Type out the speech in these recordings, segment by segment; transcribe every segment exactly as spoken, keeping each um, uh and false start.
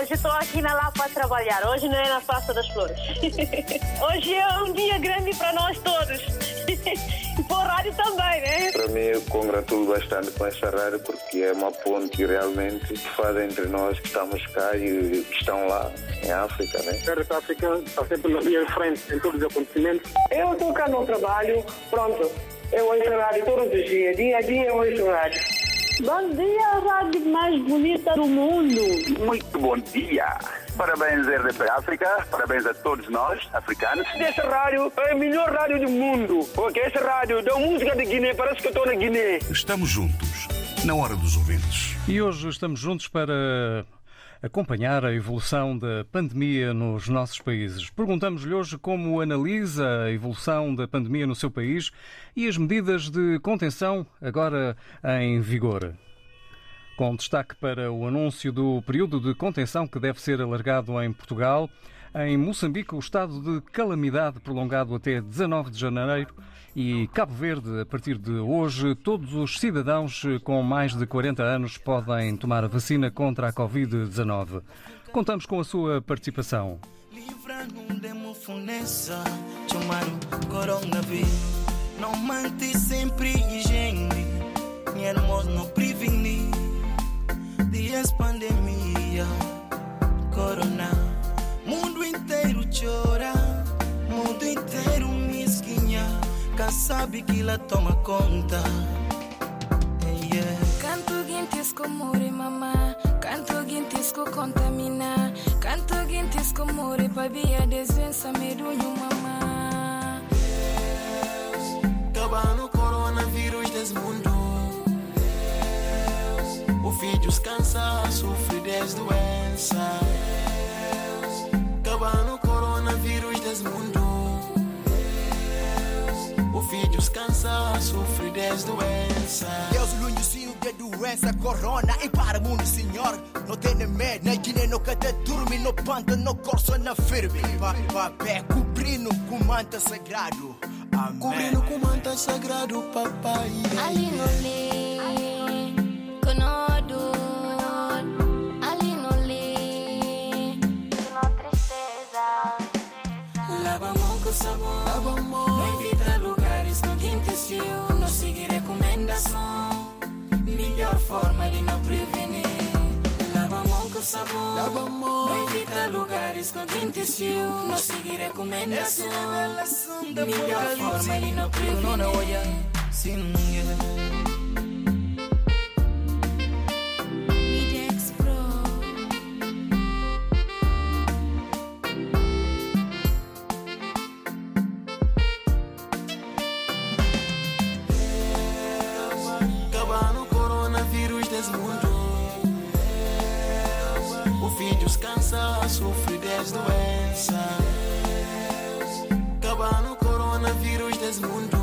Hoje estou aqui na Lapa a trabalhar. Hoje não é na Praça das Flores. Hoje é um dia grande para nós todos. E para o rádio também, né? Para mim, eu congratulo bastante com essa rádio porque é uma ponte realmente que faz entre nós que estamos cá e que estão lá em África, né? A África está sempre na linha de frente em todos os acontecimentos. Eu estou cá no trabalho, pronto. Eu ouço a rádio todos os dias, dia a dia eu ouço a rádio. Bom dia, a rádio mais bonita do mundo. Muito bom dia. Parabéns, R D P África. Parabéns a todos nós, africanos. Essa rádio é a melhor rádio do mundo. Porque essa rádio dá música de Guiné, parece que eu estou na Guiné. Estamos juntos, na hora dos ouvintes. E hoje estamos juntos para acompanhar a evolução da pandemia nos nossos países. Perguntamos-lhe hoje como analisa a evolução da pandemia no seu país e as medidas de contenção agora em vigor. Com destaque para o anúncio do período de contenção que deve ser alargado em Portugal. Em Moçambique, o estado de calamidade prolongado até dezanove de janeiro e Cabo Verde, a partir de hoje, todos os cidadãos com mais de quarenta anos podem tomar a vacina contra a covid dezanove. Contamos com a sua participação. Não mante sempre higiene, irmãos não prevenir dias pandemia, corona, mundo inteiro chora, mundo inteiro mesquinha, quem sabe que ela toma conta. Yeah. Canto guintisco muri mamá, canto guintisco contamina, canto guintisco muri babia desvença medunho mamá. Acaba no coronavírus desse mundo. O filho descansa, sofre das doenças. Acaba no coronavírus desse mundo. O filho descansa, sofre das doenças. Deus lunhozinho de doença, corona. E para o mundo, senhor, não tem medo. Na Guiné, no cate dorme, no panta, no corso, na firme. Papé, cobrindo com manta sagrado. Amém. Cobrindo com manta sagrado, papai. Ali no lê, conodo. Ali no lê, no tristeza. Lava a mão com sabão, lava a mão. Não evita lugares no quente frio. Não seguir recomendação. Melhor forma de não prevenir. Lava a mão com sabão, lava a mão. Não evita lugares com quente frio. Não seguir recomendação. Melhor forma de não prevenir. Sim, sofre das doenças. Acaba no coronavírus desse mundo.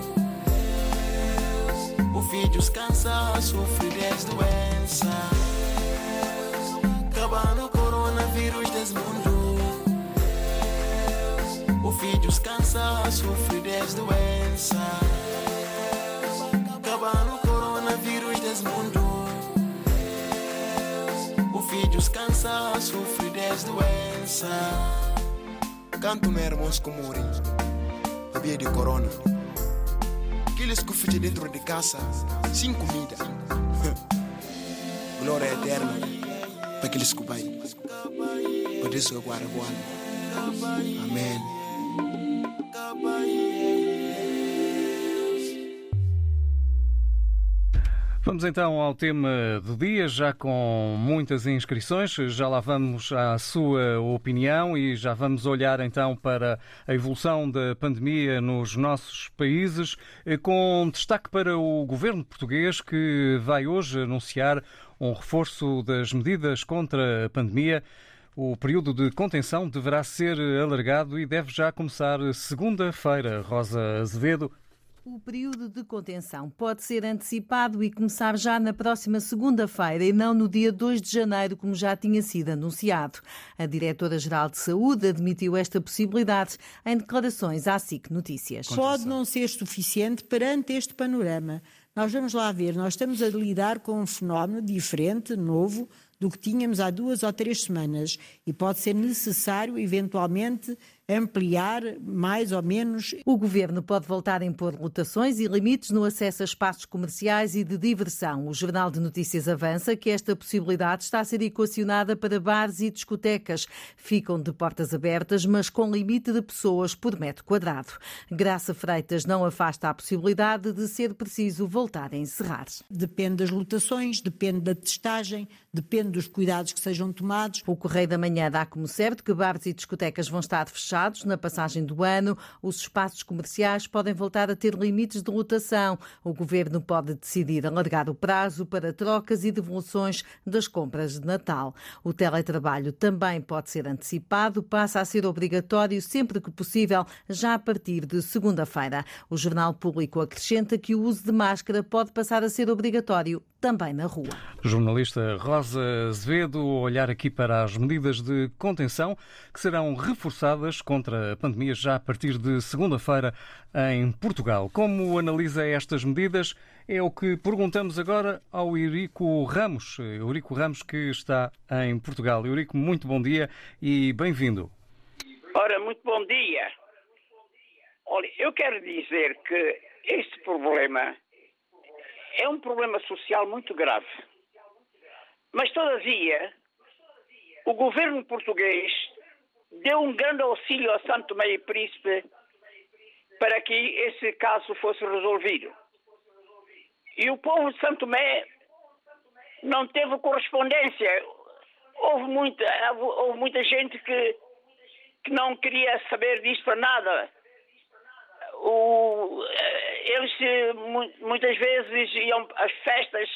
O filho descansa, sofre das doenças. Acaba no coronavírus desse mundo. O filho descansa, sofre das doenças. Acaba no coronavírus desse mundo. O filho descansa, sofre das doenças. Canto meus irmãos que morrem, havia de corona. Aqueles que ficam dentro de casa, sem comida. Glória eterna para aqueles que vai. Por isso agora, amém. Vamos então ao tema do dia, já com muitas inscrições, já lá vamos à sua opinião e já vamos olhar então para a evolução da pandemia nos nossos países, com destaque para o governo português que vai hoje anunciar um reforço das medidas contra a pandemia. O período de contenção deverá ser alargado e deve já começar segunda-feira. Rosa Azevedo. O período de contenção pode ser antecipado e começar já na próxima segunda-feira e não no dia dois de janeiro, como já tinha sido anunciado. A Diretora-Geral de Saúde admitiu esta possibilidade em declarações à S I C Notícias. Pode não ser suficiente perante este panorama. Nós vamos lá ver, nós estamos a lidar com um fenómeno diferente, novo, do que tínhamos há duas ou três semanas e pode ser necessário, eventualmente, ampliar mais ou menos. O Governo pode voltar a impor lotações e limites no acesso a espaços comerciais e de diversão. O Jornal de Notícias avança que esta possibilidade está a ser equacionada para bares e discotecas. Ficam de portas abertas, mas com limite de pessoas por metro quadrado. Graça Freitas não afasta a possibilidade de ser preciso voltar a encerrar. Depende das lotações, depende da testagem, depende dos cuidados que sejam tomados. O Correio da Manhã dá como certo que bares e discotecas vão estar fechados na passagem do ano. Os espaços comerciais podem voltar a ter limites de lotação. O Governo pode decidir alargar o prazo para trocas e devoluções das compras de Natal. O teletrabalho também pode ser antecipado, passa a ser obrigatório sempre que possível, já a partir de segunda-feira. O Jornal Público acrescenta que o uso de máscara pode passar a ser obrigatório também na rua. Jornalista Rosa Azevedo, olhar aqui para as medidas de contenção que serão reforçadas contra a pandemia já a partir de segunda-feira em Portugal. Como analisa estas medidas? É o que perguntamos agora ao Eurico Ramos. Eurico Ramos, que está em Portugal. Eurico, muito bom dia e bem-vindo. Ora, muito bom dia. Olha, eu quero dizer que este problema é um problema social muito grave. Mas, todavia, o governo português deu um grande auxílio a São Tomé e Príncipe para que esse caso fosse resolvido. E o povo de São Tomé não teve correspondência. Houve muita, houve muita gente que, que não queria saber disso para nada. O, eles muitas vezes iam às festas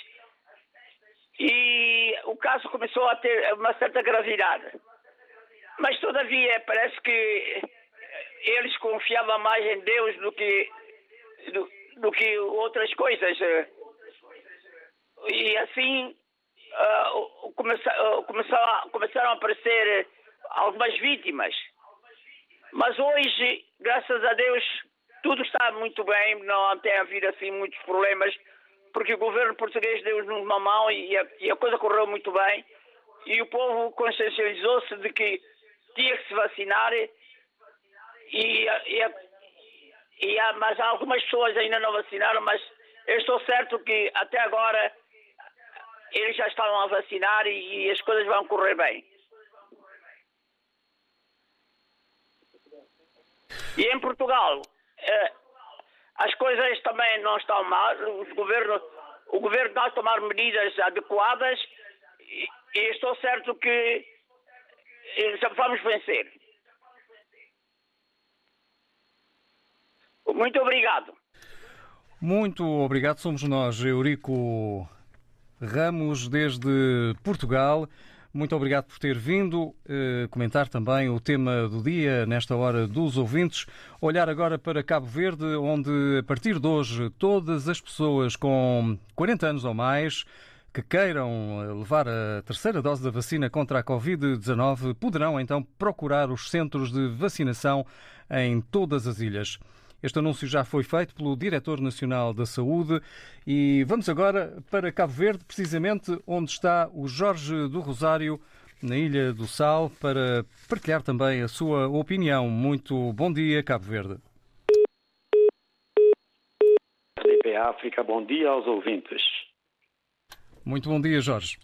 e o caso começou a ter uma certa gravidade. Mas, todavia, parece que eles confiavam mais em Deus do que, do, do que outras coisas. E assim uh, começaram, uh, começaram a aparecer algumas vítimas. Mas hoje, graças a Deus, tudo está muito bem, não tem havido assim muitos problemas, porque o governo português deu-nos uma mão e a, e a coisa correu muito bem. E o povo consciencializou-se de que tinha que se vacinar e, e, e há, mas algumas pessoas ainda não vacinaram, mas eu estou certo que até agora eles já estavam a vacinar e, e as coisas vão correr bem. E em Portugal, eh, as coisas também não estão mal. O governo, o governo está a tomar medidas adequadas e, e estou certo que já vamos vencer. Muito obrigado. Muito obrigado. Somos nós, Eurico Ramos, desde Portugal. Muito obrigado por ter vindo eh, comentar também o tema do dia nesta hora dos ouvintes. Olhar agora para Cabo Verde, onde a partir de hoje todas as pessoas com quarenta anos ou mais que queiram levar a terceira dose da vacina contra a covid dezanove poderão então procurar os centros de vacinação em todas as ilhas. Este anúncio já foi feito pelo Diretor Nacional da Saúde e vamos agora para Cabo Verde, precisamente onde está o Jorge do Rosário, na Ilha do Sal, para partilhar também a sua opinião. Muito bom dia, Cabo Verde. R D P África, bom dia aos ouvintes. Muito bom dia, Jorge.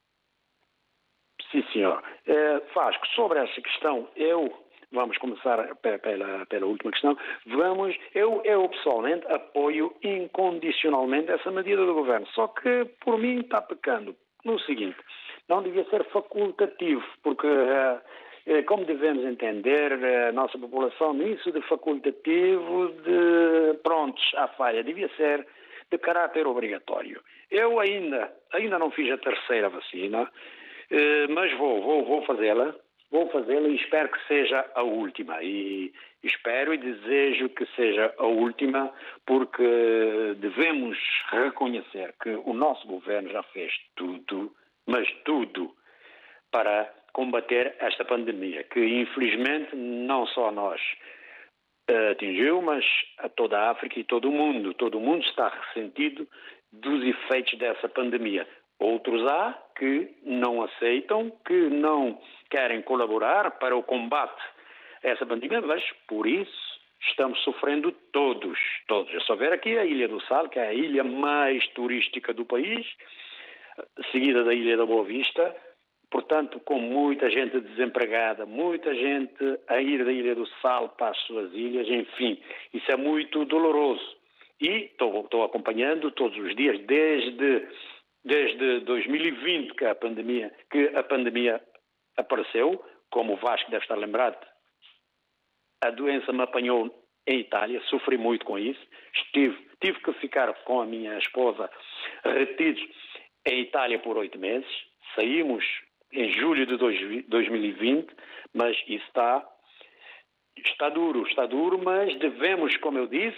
Sim, senhor. É, Vasco, sobre essa questão, eu... Vamos começar pela, pela última questão. Vamos, eu, eu pessoalmente apoio incondicionalmente essa medida do governo. Só que, por mim, está pecando no seguinte: não devia ser facultativo, porque, como devemos entender, a nossa população, nisso de facultativo, de prontos à falha, devia ser de caráter obrigatório. Eu ainda, ainda não fiz a terceira vacina, mas vou, vou, vou fazê-la. Vou fazê-la e espero que seja a última. E espero e desejo que seja a última, porque devemos reconhecer que o nosso governo já fez tudo, mas tudo, para combater esta pandemia, que infelizmente não só a nós atingiu, mas a toda a África e todo o mundo. Todo o mundo está ressentido dos efeitos dessa pandemia. Outros há que não aceitam, que não querem colaborar para o combate a essa pandemia, mas por isso estamos sofrendo todos, todos. É só ver aqui a Ilha do Sal, que é a ilha mais turística do país, seguida da Ilha da Boa Vista, portanto, com muita gente desempregada, muita gente a ir da Ilha do Sal para as suas ilhas, enfim, isso é muito doloroso. E estou, estou acompanhando todos os dias, desde, desde dois mil e vinte que a pandemia, que a pandemia apareceu, como o Vasco deve estar lembrado, a doença me apanhou em Itália, sofri muito com isso, estive, tive que ficar com a minha esposa retidos em Itália por oito meses, saímos em julho de dois mil e vinte, mas isso está, está duro, está duro, mas devemos, como eu disse,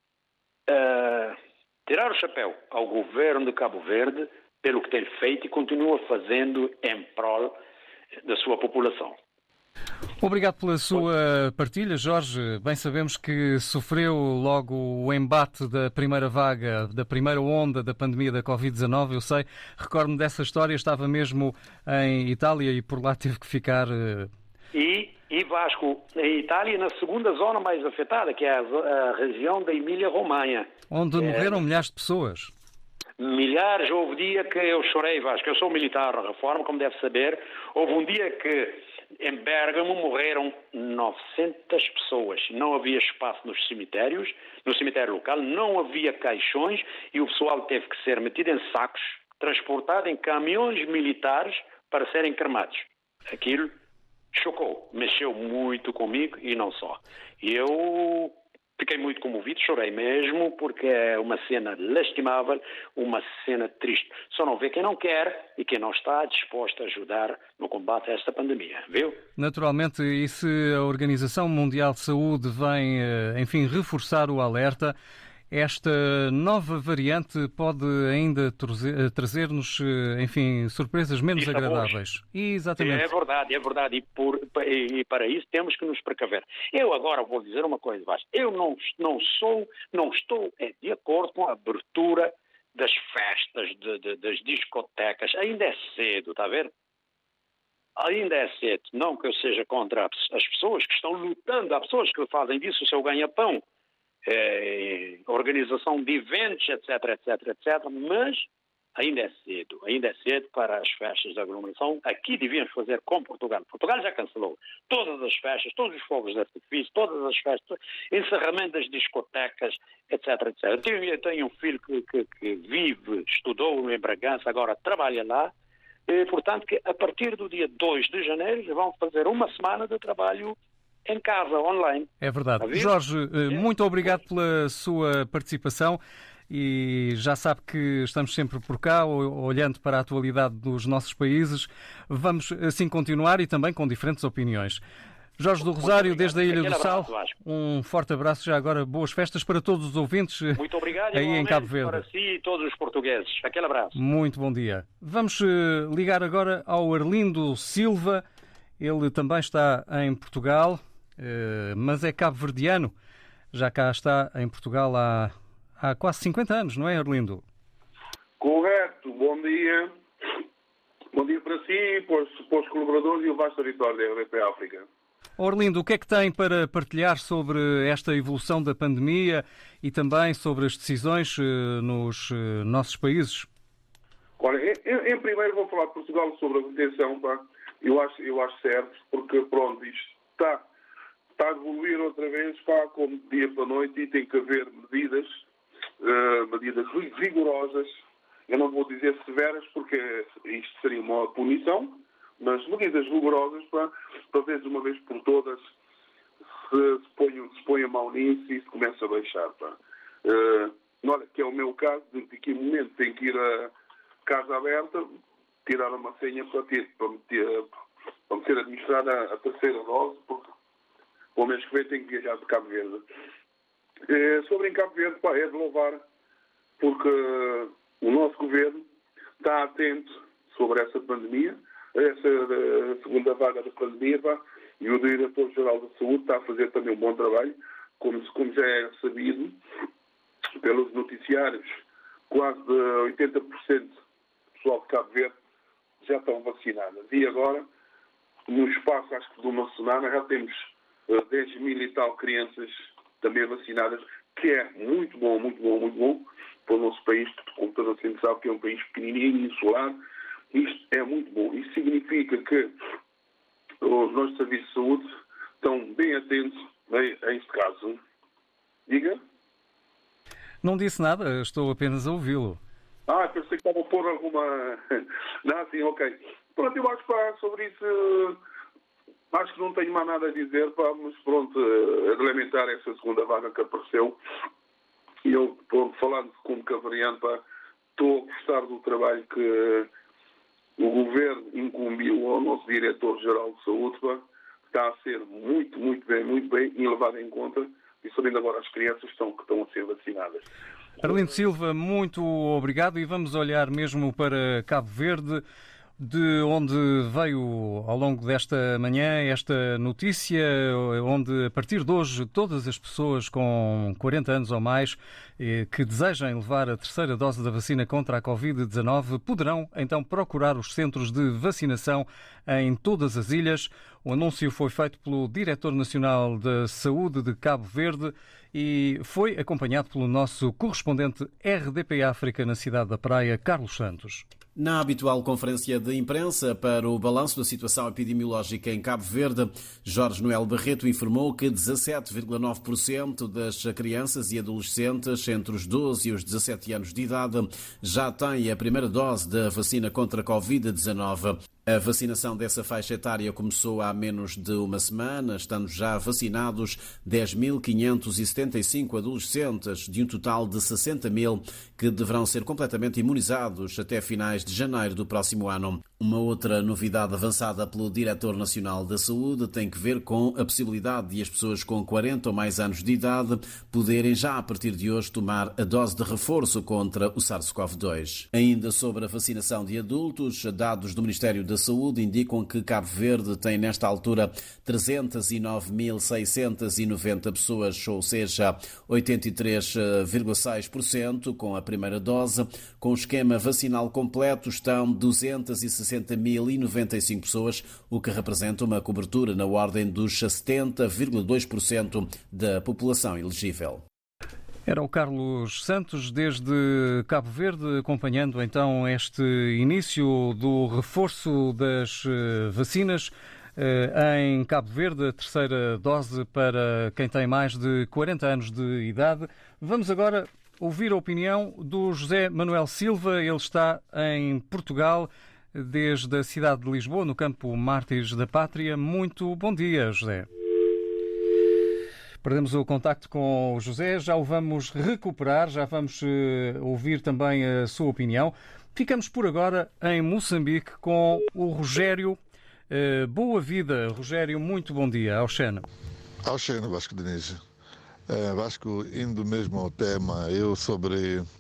uh, tirar o chapéu ao governo de Cabo Verde pelo que tem feito e continua fazendo em prol da sua população. Obrigado pela sua partilha, Jorge. Bem sabemos que sofreu logo o embate da primeira vaga, da primeira onda da pandemia da covid dezanove. Eu sei, recordo-me dessa história, estava mesmo em Itália e por lá teve que ficar... E, e Vasco, em Itália, na segunda zona mais afetada, que é a, a região da Emília-Romanha. Onde morreram é... milhares de pessoas. Milhares. Houve dia que eu chorei, Vasco. Eu sou militar na reforma, como deve saber. Houve um dia que em Bérgamo morreram novecentas pessoas. Não havia espaço nos cemitérios, no cemitério local, não havia caixões e o pessoal teve que ser metido em sacos, transportado em caminhões militares para serem cremados. Aquilo chocou, mexeu muito comigo e não só. E eu fiquei muito comovido, chorei mesmo, porque é uma cena lastimável, uma cena triste. Só não vê quem não quer e quem não está disposto a ajudar no combate a esta pandemia, viu? Naturalmente, e se a Organização Mundial de Saúde vem, enfim, reforçar o alerta, esta nova variante pode ainda trazer-nos, enfim, surpresas menos agradáveis. Exatamente. É verdade, é verdade. E, por, e para isso temos que nos precaver. Eu agora vou dizer uma coisa, Vasco. Eu não, não sou, não estou de acordo com a abertura das festas, de, de, das discotecas. Ainda é cedo, está a ver? Ainda é cedo. Não que eu seja contra as pessoas que estão lutando, há pessoas que fazem disso o seu ganha-pão. É, organização de eventos, etc, etc, etcétera, mas ainda é cedo, ainda é cedo para as festas de aglomeração. Aqui devíamos fazer com Portugal. Portugal já cancelou todas as festas, todos os fogos de artifício, todas as festas, encerramento das discotecas, etc, etcétera. Eu tenho, eu tenho um filho que, que, que vive, estudou em Bragança, agora trabalha lá, e, portanto, que a partir do dia dois de janeiro vão fazer uma semana de trabalho em casa, online. É verdade. Jorge, muito obrigado pela sua participação e já sabe que estamos sempre por cá, olhando para a atualidade dos nossos países. Vamos assim continuar e também com diferentes opiniões. Jorge do Rosário, desde a Ilha do Sal, um forte abraço. Já agora, boas festas para todos os ouvintes. Muito obrigado, aí em Cabo Verde. Para si e todos os portugueses. Aquele abraço. Muito bom dia. Vamos ligar agora ao Arlindo Silva. Ele também está em Portugal, mas é cabo-verdiano. Já cá está em Portugal há, há quase cinquenta anos, não é, Arlindo? Correto. Bom dia. Bom dia para si, para os, para os colaboradores e o vasto auditório da R D P África. Orlindo, o que é que tem para partilhar sobre esta evolução da pandemia e também sobre as decisões nos nossos países? Olha, em, em primeiro vou falar de Portugal sobre a detenção, pá. Eu acho, eu acho certo, porque pronto, isto está, está a evoluir outra vez, pá, como de dia para a noite, e tem que haver medidas, uh, medidas rigorosas. Eu não vou dizer severas, porque isto seria uma punição, mas medidas rigorosas para, para ver de uma vez por todas se, se, põe, se põe a mão nisso e se começa a baixar. Pá. Uh, olha, que é o meu caso, de que no momento tem que ir a casa aberta, tirar uma senha para, ter, para, me, ter, para me ser administrada a terceira dose, porque o mês que vem tenho que viajar de Cabo Verde. Uh, sobre em Cabo Verde, pá, é de louvar, porque uh, o nosso governo está atento sobre essa pandemia, essa uh, segunda vaga da pandemia, pá, e o Diretor-Geral da Saúde está a fazer também um bom trabalho, como, como já é sabido pelos noticiários. Quase oitenta por cento de pessoal de Cabo Verde já estão vacinadas. E agora, no espaço, acho que de uma semana, já temos uh, dez mil e tal crianças também vacinadas, que é muito bom, muito bom, muito bom para o nosso país, como toda a gente sabe que é um país pequenininho, insular. Isto é muito bom. Isso significa que os nossos serviços de saúde estão bem atentos a este caso. Diga? Não disse nada, estou apenas a ouvi-lo. Ah, pensei que estava a pôr alguma... Não, sim, ok. Pronto, eu acho que sobre isso, acho que não tenho mais nada a dizer, pá, mas pronto, a regulamentar essa segunda vaga que apareceu. E eu, pronto, falando como cavariano, pá, estou a gostar do trabalho que o Governo incumbiu ao nosso Diretor-Geral de Saúde, pá, está a ser muito, muito bem, muito bem e levado em conta, e sabendo agora as crianças que estão, que estão a ser vacinadas. Arlindo Silva, muito obrigado, e vamos olhar mesmo para Cabo Verde, de onde veio ao longo desta manhã esta notícia, onde a partir de hoje todas as pessoas com quarenta anos ou mais que desejem levar a terceira dose da vacina contra a covid dezanove poderão então procurar os centros de vacinação em todas as ilhas. O anúncio foi feito pelo Diretor Nacional da Saúde de Cabo Verde e foi acompanhado pelo nosso correspondente R D P África na cidade da Praia, Carlos Santos. Na habitual conferência de imprensa para o balanço da situação epidemiológica em Cabo Verde, Jorge Noel Barreto informou que dezassete vírgula nove por cento das crianças e adolescentes entre os doze e os dezassete anos de idade já têm a primeira dose da vacina contra a covid dezanove. A vacinação dessa faixa etária começou há menos de uma semana, estando já vacinados dez mil quinhentos e setenta e cinco adolescentes, de um total de sessenta mil que deverão ser completamente imunizados até finais de janeiro do próximo ano. Uma outra novidade avançada pelo Diretor Nacional da Saúde tem que ver com a possibilidade de as pessoas com quarenta ou mais anos de idade poderem já a partir de hoje tomar a dose de reforço contra o SARS-CoV dois. Ainda sobre a vacinação de adultos, dados do Ministério da Saúde indicam que Cabo Verde tem nesta altura trezentos e nove mil seiscentos e noventa pessoas, ou seja, oitenta e três vírgula seis por cento com a primeira dose. Com o esquema vacinal completo estão duzentos e sessenta mil e noventa e cinco pessoas, o que representa uma cobertura na ordem dos setenta vírgula dois por cento da população elegível. Era o Carlos Santos, desde Cabo Verde, acompanhando então este início do reforço das vacinas em Cabo Verde, a terceira dose para quem tem mais de quarenta anos de idade. Vamos agora ouvir a opinião do José Manuel Silva. Ele está em Portugal, desde a cidade de Lisboa, no campo Mártires da Pátria. Muito bom dia, José. Perdemos o contacto com o José, já o vamos recuperar, já vamos uh, ouvir também a sua opinião. Ficamos por agora em Moçambique com o Rogério. Uh, boa vida, Rogério, muito bom dia. Auxena. Auxena, Vasco Diniz. Uh, Vasco, indo mesmo ao tema, eu sobre uh,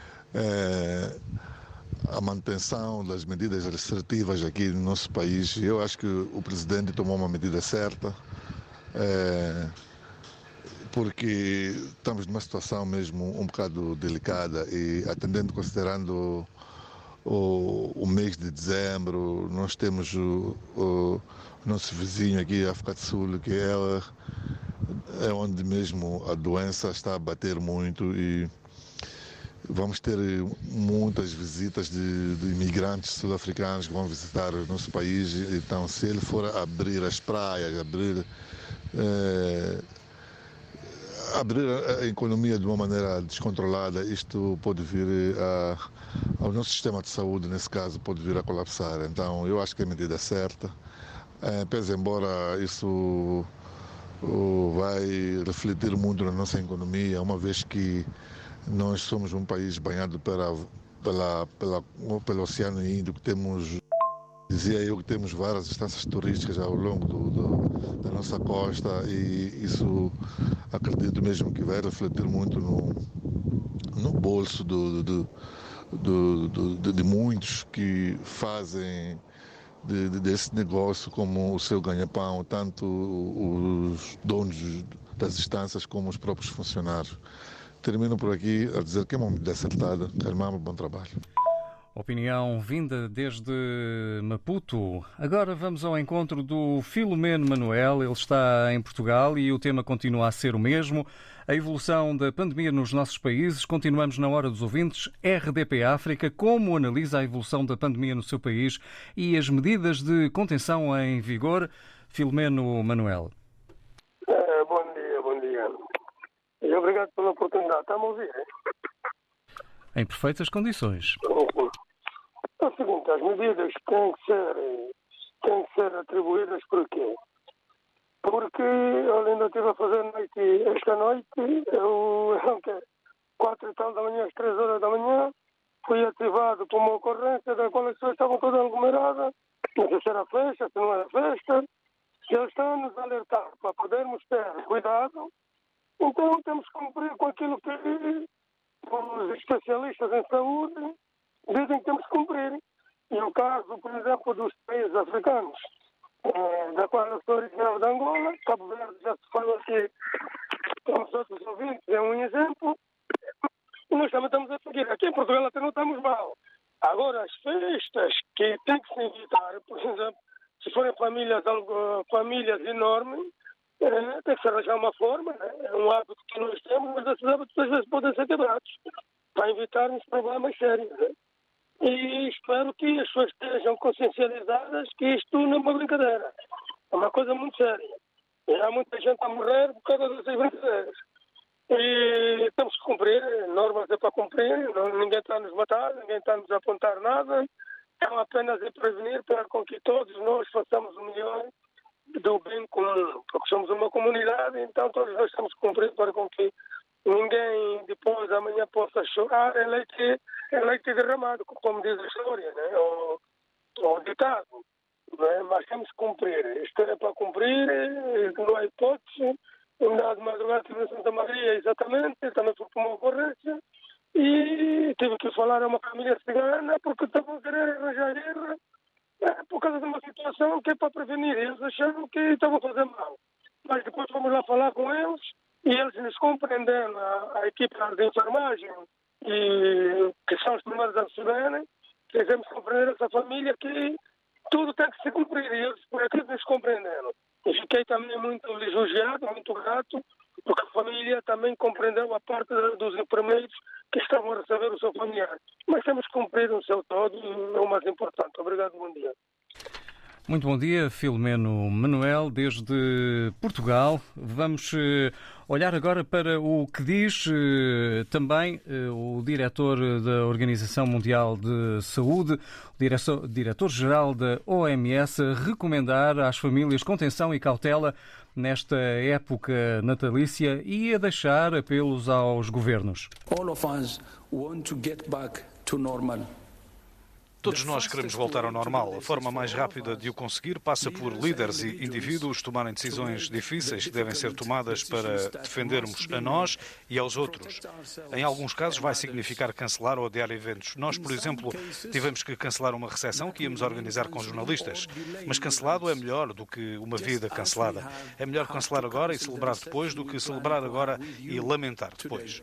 a manutenção das medidas restritivas aqui no nosso país, eu acho que o Presidente tomou uma medida certa. Uh, porque estamos numa situação mesmo um bocado delicada e atendendo, considerando o, o mês de dezembro, nós temos o, o nosso vizinho aqui, a África do Sul, que é, é onde mesmo a doença está a bater muito e vamos ter muitas visitas de, de imigrantes sul-africanos que vão visitar o nosso país. Então, se ele for abrir as praias, abrir... É, abrir a economia de uma maneira descontrolada, isto pode vir a, ao nosso sistema de saúde, nesse caso, pode vir a colapsar. Então, eu acho que é a medida certa. É, pese embora isso o, vai refletir muito na nossa economia, uma vez que nós somos um país banhado pela, pela, pela, pelo Oceano Índico, temos... Dizia eu que temos várias instâncias turísticas ao longo do, do, da nossa costa e isso acredito mesmo que vai refletir muito no, no bolso do, do, do, do, do, de muitos que fazem de, de, desse negócio como o seu ganha-pão, tanto os donos das instâncias como os próprios funcionários. Termino por aqui a dizer que é uma medida acertada. Carmamo, bom trabalho. Opinião vinda desde Maputo. Agora vamos ao encontro do Filomeno Manuel. Ele está em Portugal e o tema continua a ser o mesmo. A evolução da pandemia nos nossos países. Continuamos na Hora dos Ouvintes. R D P África, como analisa a evolução da pandemia no seu país e as medidas de contenção em vigor? Filomeno Manuel. É, bom dia, bom dia. E obrigado pela oportunidade. Está-me a ouvir, hein? Em perfeitas condições. É o seguinte, as medidas têm que ser, têm que ser atribuídas por quê? Porque eu ainda estive a fazer noite, esta noite, eu, quatro e tal da manhã, às três horas da manhã, fui ativado por uma ocorrência da qual as pessoas estavam todas aglomeradas, não sei se era festa, se não era festa, e eles estão a nos alertar para podermos ter cuidado, então temos que cumprir com aquilo que os especialistas em saúde dizem que temos que cumprir. E o caso, por exemplo, dos países africanos, eh, da qual eu sou originário de Angola, Cabo Verde, já se falou aqui com os outros ouvintes, é um exemplo, e nós também estamos a seguir. Aqui em Portugal até não estamos mal. Agora, as festas que tem que se evitar, por exemplo, se forem famílias, famílias enormes, é, tem que se arranjar uma forma, né? É um hábito que nós temos, mas esses hábitos às vezes podem ser quebrados para evitarmos problemas sérios. Né? E espero que as pessoas estejam consciencializadas que isto não é uma brincadeira, é uma coisa muito séria. E há muita gente a morrer por causa dessas brincadeiras. E temos que cumprir, normas é para cumprir, não, ninguém está a nos matar, ninguém está a nos apontar nada, é apenas a prevenir para com que todos nós façamos o melhor do bem comum, porque somos uma comunidade, então todos nós temos que cumprir para com que ninguém depois amanhã possa chorar, é leite, é leite derramado, como diz a história, né? ou, ou ditado, né? Mas temos que cumprir, isto é para cumprir, não há hipótese. Ainda de madrugada estive em Santa Maria, exatamente, também fui para uma ocorrência, e tive que falar a uma família cigana porque estavam a querer arranjar guerra, é, por causa de uma situação que é para prevenir. Eles acharam que estavam a fazer mal. Mas depois fomos lá falar com eles e eles nos compreenderam, a, a equipe de enfermagem, e, que são os primeiros a receberem, quisemos compreender essa família que tudo tem que se cumprir. E eles por aqui nos compreenderam. E fiquei também muito lisonjeado, muito grato, porque a família também compreendeu a parte dos enfermeiros que estavam a receber o seu familiar. Mas temos que cumprir o seu todo, é o mais importante. Obrigado, bom dia. Muito bom dia, Filomeno Manuel, desde Portugal. Vamos olhar agora para o que diz também o diretor da Organização Mundial de Saúde, o diretor-geral da O M S, a recomendar às famílias contenção e cautela nesta época natalícia e a deixar apelos aos governos. All of us want to get back to normal. Todos nós queremos voltar ao normal. A forma mais rápida de o conseguir passa por líderes e indivíduos tomarem decisões difíceis que devem ser tomadas para defendermos a nós e aos outros. Em alguns casos vai significar cancelar ou adiar eventos. Nós, por exemplo, tivemos que cancelar uma recepção que íamos organizar com jornalistas. Mas cancelado é melhor do que uma vida cancelada. É melhor cancelar agora e celebrar depois do que celebrar agora e lamentar depois.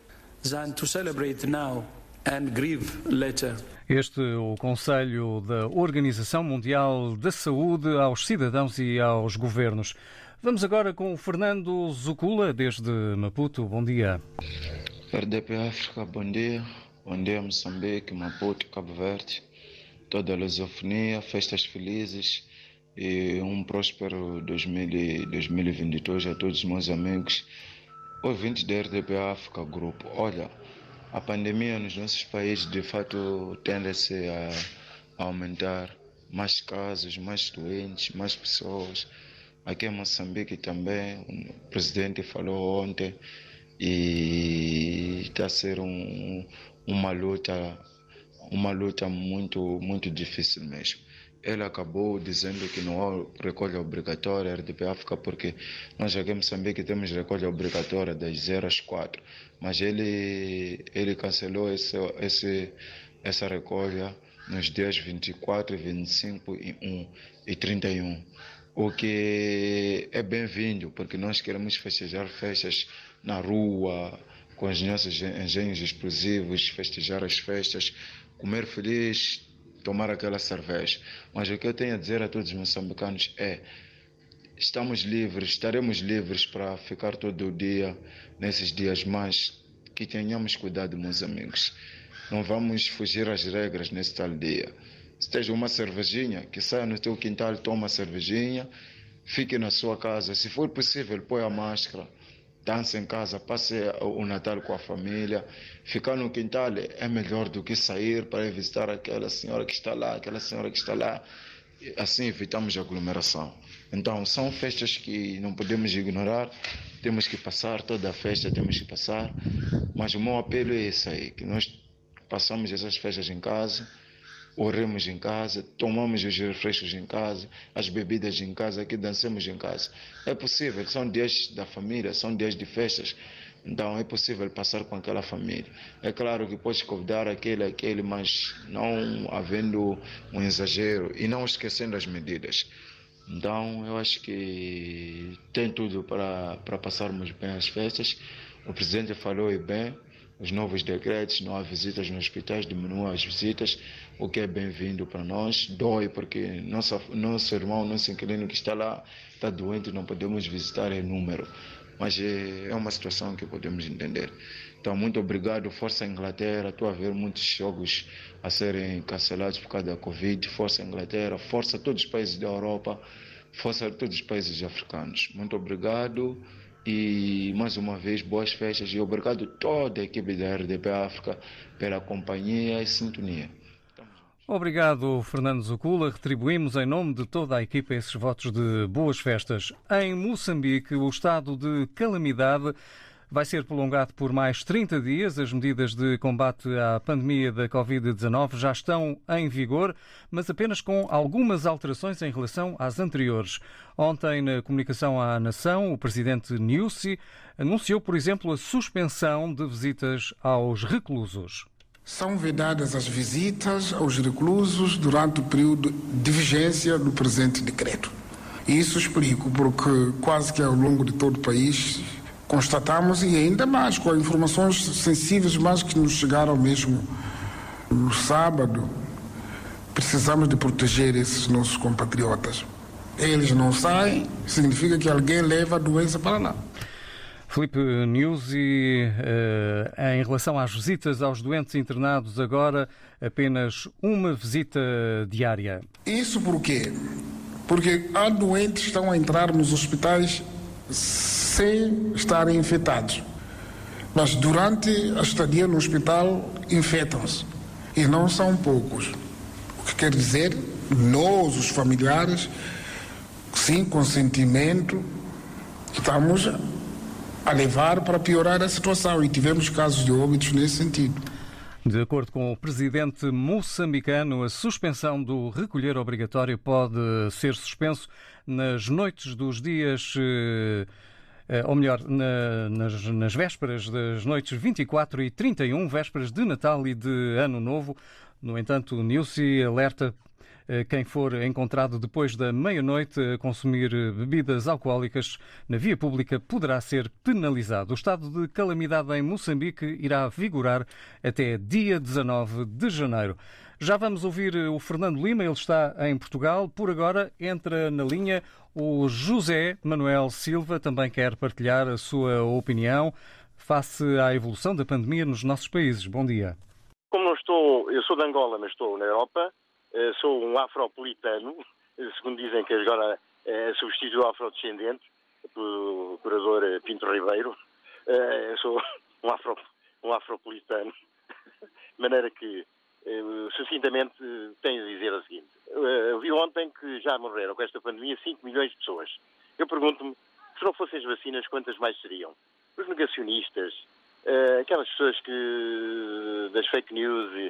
And grieve later. Este é o Conselho da Organização Mundial da Saúde aos cidadãos e aos governos. Vamos agora com o Fernando Zucula, desde Maputo. Bom dia. R D P África, bom dia. Bom dia, Moçambique, Maputo, Cabo Verde. Toda a lusofonia, festas felizes e um próspero dois mil e vinte e dois a todos os meus amigos ouvintes da R D P África Grupo. Olha, a pandemia nos nossos países, de fato, tende-se a aumentar. Mais casos, mais doentes, mais pessoas. Aqui em Moçambique também, o presidente falou ontem, e está a ser um, uma luta, uma luta muito, muito difícil mesmo. Ele acabou dizendo que não há recolha obrigatória R D P África, porque nós aqui em Moçambique temos recolha obrigatória das zero às quatro. Mas ele, ele cancelou esse, esse, essa recolha nos dias vinte e quatro, vinte e cinco e um e trinta e um. O que é bem-vindo, porque nós queremos festejar festas na rua, com os nossos engenhos explosivos, festejar as festas comer feliz, tomar aquela cerveja. Mas o que eu tenho a dizer a todos os moçambicanos é: estamos livres, estaremos livres para ficar todo o dia nesses dias, mas que tenhamos cuidado, meus amigos. Não vamos fugir às regras nesse tal dia. Se tens uma cervejinha, que saia no teu quintal, toma a cervejinha, fique na sua casa. Se for possível, põe a máscara, dance em casa, passe o Natal com a família. Ficar no quintal é melhor do que sair para ir visitar aquela senhora que está lá, aquela senhora que está lá. Assim evitamos aglomeração. Então, são festas que não podemos ignorar, temos que passar, toda a festa temos que passar, mas o meu apelo é esse aí, que nós passamos essas festas em casa, oremos em casa, tomamos os refrescos em casa, as bebidas em casa, que dancemos em casa. É possível, são dias da família, são dias de festas, então é possível passar com aquela família. É claro que pode convidar aquele, aquele, mas não havendo um exagero e não esquecendo as medidas. Então eu acho que tem tudo para, para passarmos bem as festas. O presidente falou e bem, os novos decretos, não há visitas nos hospitais, diminuam as visitas, o que é bem-vindo para nós. Dói porque nosso, nosso irmão, nosso inquilino que está lá, está doente, não podemos visitar em número. Mas é, é uma situação que podemos entender. Então, muito obrigado, Força Inglaterra. Estou a ver muitos jogos a serem cancelados por causa da Covid. Força Inglaterra, força a todos os países da Europa, força a todos os países africanos. Muito obrigado e, mais uma vez, boas festas e obrigado a toda a equipe da R D P África pela companhia e sintonia. Obrigado, Fernando Zucula. Retribuímos em nome de toda a equipa esses votos de boas festas. Em Moçambique, o estado de calamidade vai ser prolongado por mais trinta dias. As medidas de combate à pandemia da covid dezanove já estão em vigor, mas apenas com algumas alterações em relação às anteriores. Ontem, na comunicação à nação, o presidente Nyusi anunciou, por exemplo, a suspensão de visitas aos reclusos. São vedadas as visitas aos reclusos durante o período de vigência do presente decreto. E isso explico porque quase que ao longo de todo o país constatamos, e ainda mais com informações sensíveis mais que nos chegaram mesmo no sábado, precisamos de proteger esses nossos compatriotas. Eles não saem, significa que alguém leva a doença para lá. Filipe Nyusi, em relação às visitas aos doentes internados, agora apenas uma visita diária. Isso por quê? Porque há doentes que estão a entrar nos hospitais sem estarem infectados. Mas durante a estadia no hospital infectam-se. E não são poucos. O que quer dizer, nós, os familiares, sem consentimento, estamos a levar para piorar a situação e tivemos casos de óbitos nesse sentido. De acordo com o presidente moçambicano, a suspensão do recolher obrigatório pode ser suspenso nas noites dos dias, ou melhor, nas, nas vésperas das noites vinte e quatro e trinta e um, vésperas de Natal e de Ano Novo. No entanto, Nyusi alerta quem for encontrado depois da meia-noite a consumir bebidas alcoólicas na via pública poderá ser penalizado. O estado de calamidade em Moçambique irá vigorar até dia dezanove de janeiro. Já vamos ouvir o Fernando Lima, ele está em Portugal. Por agora entra na linha o José Manuel Silva, também quer partilhar a sua opinião face à evolução da pandemia nos nossos países. Bom dia. Como não estou, eu sou de Angola, mas estou na Europa. Sou um afropolitano, segundo dizem que agora é substitui o afrodescendente, pelo curador Pinto Ribeiro. Eu sou um, afro, um afropolitano, de maneira que, sucintamente, tenho a dizer o seguinte. Eu vi ontem que já morreram com esta pandemia cinco milhões de pessoas. Eu pergunto-me, se não fossem as vacinas, quantas mais seriam? Os negacionistas, aquelas pessoas que das fake news e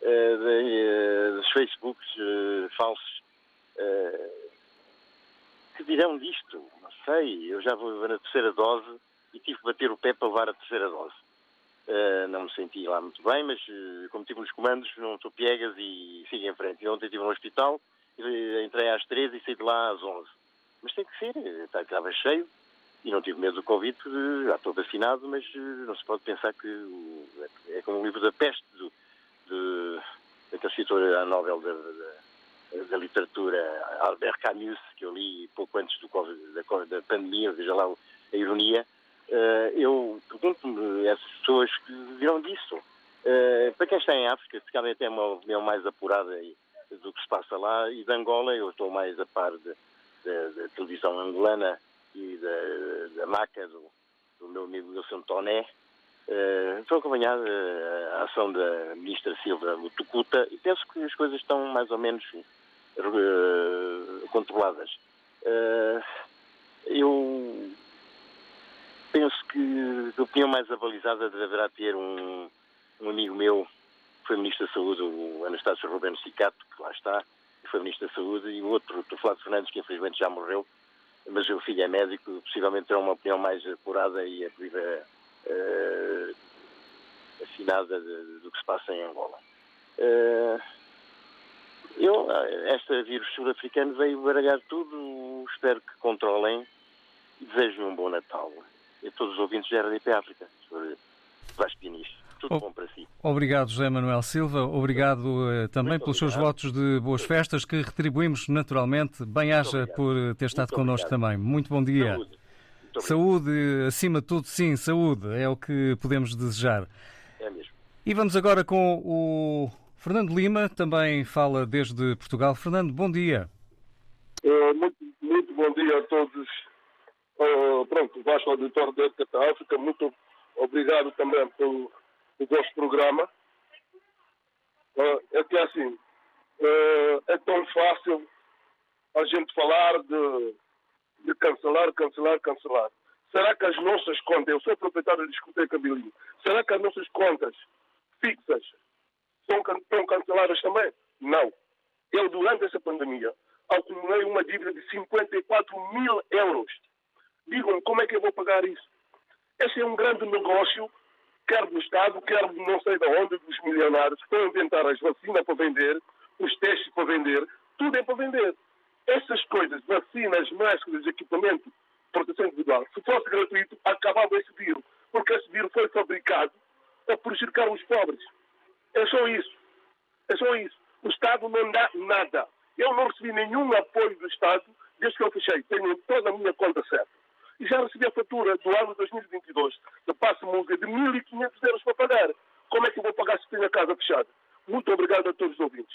Uh, dos Facebooks uh, falsos, uh, que dirão disto? Não sei, eu já vou na terceira dose e tive que bater o pé para levar a terceira dose. Uh, não me senti lá muito bem, mas uh, como estive nos comandos, não estou piegas e sigo em frente. Eu ontem estive no hospital, entrei às treze e saí de lá às onze. Mas tem que ser, estava cheio e não tive medo do Covid, já estou vacinado, mas uh, não se pode pensar que uh, é como o livro da peste, do De, aquele escritor a Nobel da, da, da literatura, Albert Camus, que eu li pouco antes do COVID, da, da pandemia, veja lá a ironia. Uh, eu pergunto-me, essas pessoas que viram disso, uh, para quem está em África, se calhar tem uma opinião mais apurada do que se passa lá, e de Angola eu estou mais a par de, de, da televisão angolana e da, da maca do, do meu amigo Wilson Toné. Uh, estou a acompanhar uh, a ação da ministra Silva Mutukuta e penso que as coisas estão mais ou menos uh, controladas. Uh, eu penso que a opinião mais avalizada deverá ter um, um amigo meu, que foi Ministro da Saúde, o Anastácio Rubeno Cicato, que lá está, que foi Ministro da Saúde, e o outro, o Flávio Fernandes, que infelizmente já morreu, mas o filho é médico, possivelmente terá uma opinião mais apurada e a, uh, afinada de, do que se passa em Angola. Uh, eu, esta vírus sul-africano veio baralhar tudo, espero que controlem e desejo um bom Natal. E a todos os ouvintes da R D P África, sobre Vasco Diniz. Tudo oh, bom para si. Obrigado, José Manuel Silva. Obrigado uh, também Muito pelos obrigado. seus votos de boas festas, que retribuímos naturalmente. Bem-aja por ter estado Muito connosco obrigado. também. Muito bom dia. Saúde. Saúde, acima de tudo, sim, saúde. É o que podemos desejar. É mesmo. E vamos agora com o Fernando Lima, também fala desde Portugal. Fernando, bom dia. Uh, muito, muito bom dia a todos. Uh, pronto, Vasco, auditor da R T P África, muito obrigado também pelo, pelo vosso programa. Uh, é que assim, uh, é tão fácil a gente falar de, de cancelar, cancelar, cancelar. Será que as nossas contas, eu sou proprietário de discoteca Bilinho, será que as nossas contas fixas são, estão canceladas também? Não. Eu, durante essa pandemia, acumulei uma dívida de cinquenta e quatro mil euros. Digam-me como é que eu vou pagar isso. Esse é um grande negócio, quer do Estado, quer de não sei de onde, dos milionários, que estão a inventar as vacinas para vender, os testes para vender, tudo é para vender. Essas coisas, vacinas, máscaras, equipamento, proteção individual, se fosse gratuito, acabava esse vírus, porque esse vírus foi fabricado para prejudicar os pobres. É só isso. É só isso. O Estado não dá nada. Eu não recebi nenhum apoio do Estado desde que eu fechei. Tenho toda a minha conta certa. E já recebi a fatura do ano dois mil e vinte e dois, da Passe Música, de mil e quinhentos euros para pagar. Como é que eu vou pagar se tenho a casa fechada? Muito obrigado a todos os ouvintes.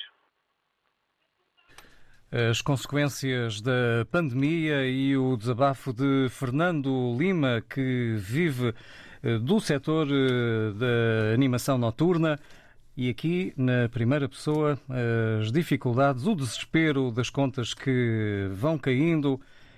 As consequências da pandemia e o desabafo de Fernando Lima, que vive do setor da animação noturna, e aqui, na primeira pessoa, as dificuldades, o desespero das contas que vão caindo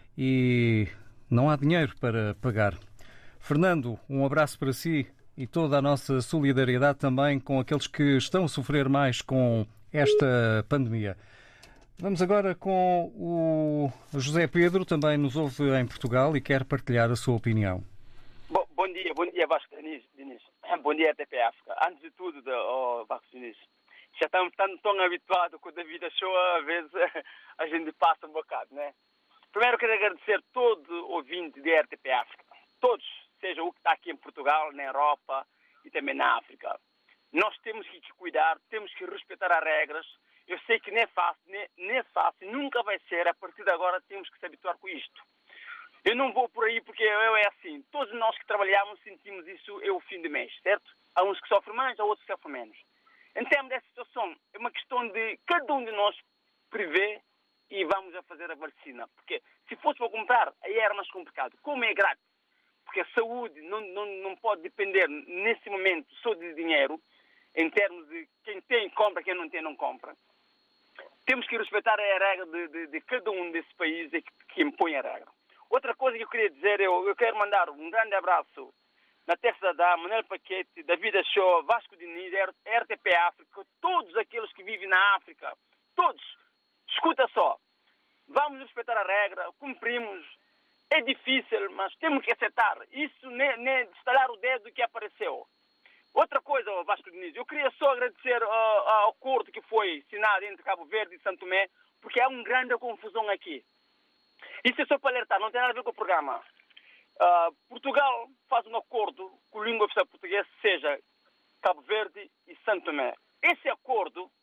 e não há dinheiro para pagar. Fernando, um abraço para si e toda a nossa solidariedade também com aqueles que estão a sofrer mais com esta pandemia. Vamos agora com o José Pedro, também nos ouve em Portugal e quer partilhar a sua opinião. Bom, bom dia, bom dia Vasco Diniz. Bom dia R T P África. Antes de tudo, oh, Vasco Diniz, já estamos tão, tão habituados com a vida show, às vezes a gente passa um bocado, né? Primeiro quero agradecer todo ouvinte de R T P África, todos, seja o que está aqui em Portugal, na Europa e também na África. Nós temos que cuidar, temos que respeitar as regras. Eu sei que nem é fácil, nem, nem é fácil, nunca vai ser. A partir de agora temos que se habituar com isto. Eu não vou por aí porque eu é assim. Todos nós que trabalhamos sentimos isso é o fim de mês, certo? Há uns que sofrem mais, há outros que sofrem menos. Em termos dessa situação, é uma questão de cada um de nós prever e vamos a fazer a vacina. Porque se fosse para comprar, aí era mais complicado. Como é grátis, porque a saúde não, não, não pode depender nesse momento só de dinheiro, em termos de quem tem compra, quem não tem não compra. Temos que respeitar a regra de, de, de cada um desses países que, que impõe a regra. Outra coisa que eu queria dizer, eu, eu quero mandar um grande abraço na Terça da Manuel Paquete, da Vida Show, Vasco Diniz, R T P África, todos aqueles que vivem na África, todos. Escuta só, vamos respeitar a regra, cumprimos, é difícil, mas temos que aceitar. Isso nem, nem estalar o dedo que apareceu. Outra coisa, Vasco Diniz, eu queria só agradecer uh, ao acordo que foi assinado entre Cabo Verde e Santo Tomé, porque há uma grande confusão aqui. Isso é só para alertar, não tem nada a ver com o programa. Uh, Portugal faz um acordo com a língua oficial portuguesa, seja Cabo Verde e Santo Tomé. Esse acordo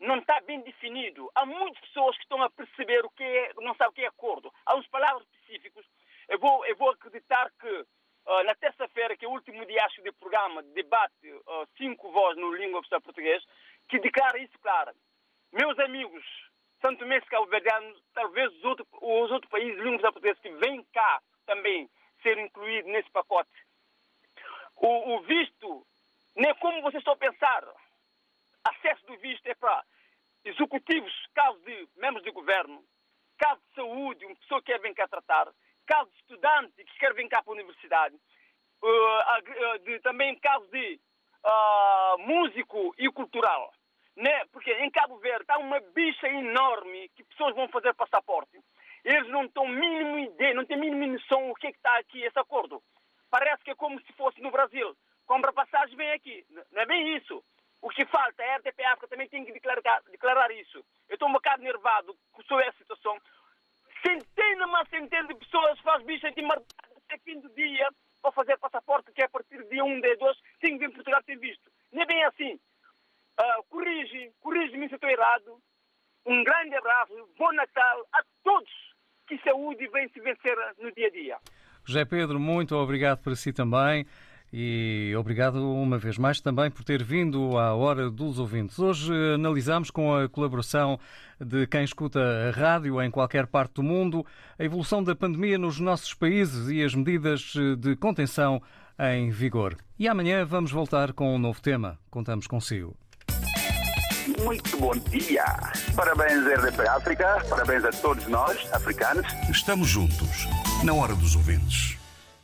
não está bem definido. Há muitas pessoas que estão a perceber o que é, não sabem o que é acordo. Há uns palavras específicas. Eu vou, eu vou acreditar que uh, na terça-feira, que é o último dia acho, de programa, de debate, uh, cinco vozes no língua oficial português, que declara isso claro. Meus amigos, Santo Tomé e Cabo Verde, talvez os outros, os outros países de língua oficial portuguesa que vêm cá também ser incluídos nesse pacote. O, o visto, nem como vocês estão a pensar, acesso do visto é para executivos, casos de membros do governo, caso de saúde, uma pessoa que quer vir cá tratar, caso de estudante que quer vir cá para a universidade, uh, de, também caso de uh, músico e cultural. Né? Porque em Cabo Verde está uma bicha enorme que pessoas vão fazer passaporte. Eles não têm mínima ideia, não têm mínima noção o que é que está aqui esse acordo. Parece que é como se fosse no Brasil. Compra passagem, vem aqui. Não é bem isso. O que falta, a R D P África também tem que declarar, declarar isso. Eu estou um bocado nervado sobre essa situação. Centenas, mas centenas de pessoas fazem bicho de marcado até fim do dia para fazer passaporte, que é a partir do dia um, dia dois, tem que vir em Portugal sem visto. Não é bem assim. Uh, corrige, corrige-me se estou errado. Um grande abraço, bom Natal a todos. Que saúde vem se vencer no dia a dia. José Pedro, muito obrigado para si também. E obrigado uma vez mais também por ter vindo à Hora dos Ouvintes. Hoje analisamos com a colaboração de quem escuta a rádio em qualquer parte do mundo a evolução da pandemia nos nossos países e as medidas de contenção em vigor. E amanhã vamos voltar com um novo tema. Contamos consigo. Muito bom dia. Parabéns, R D P África. Parabéns a todos nós, africanos. Estamos juntos, na Hora dos Ouvintes.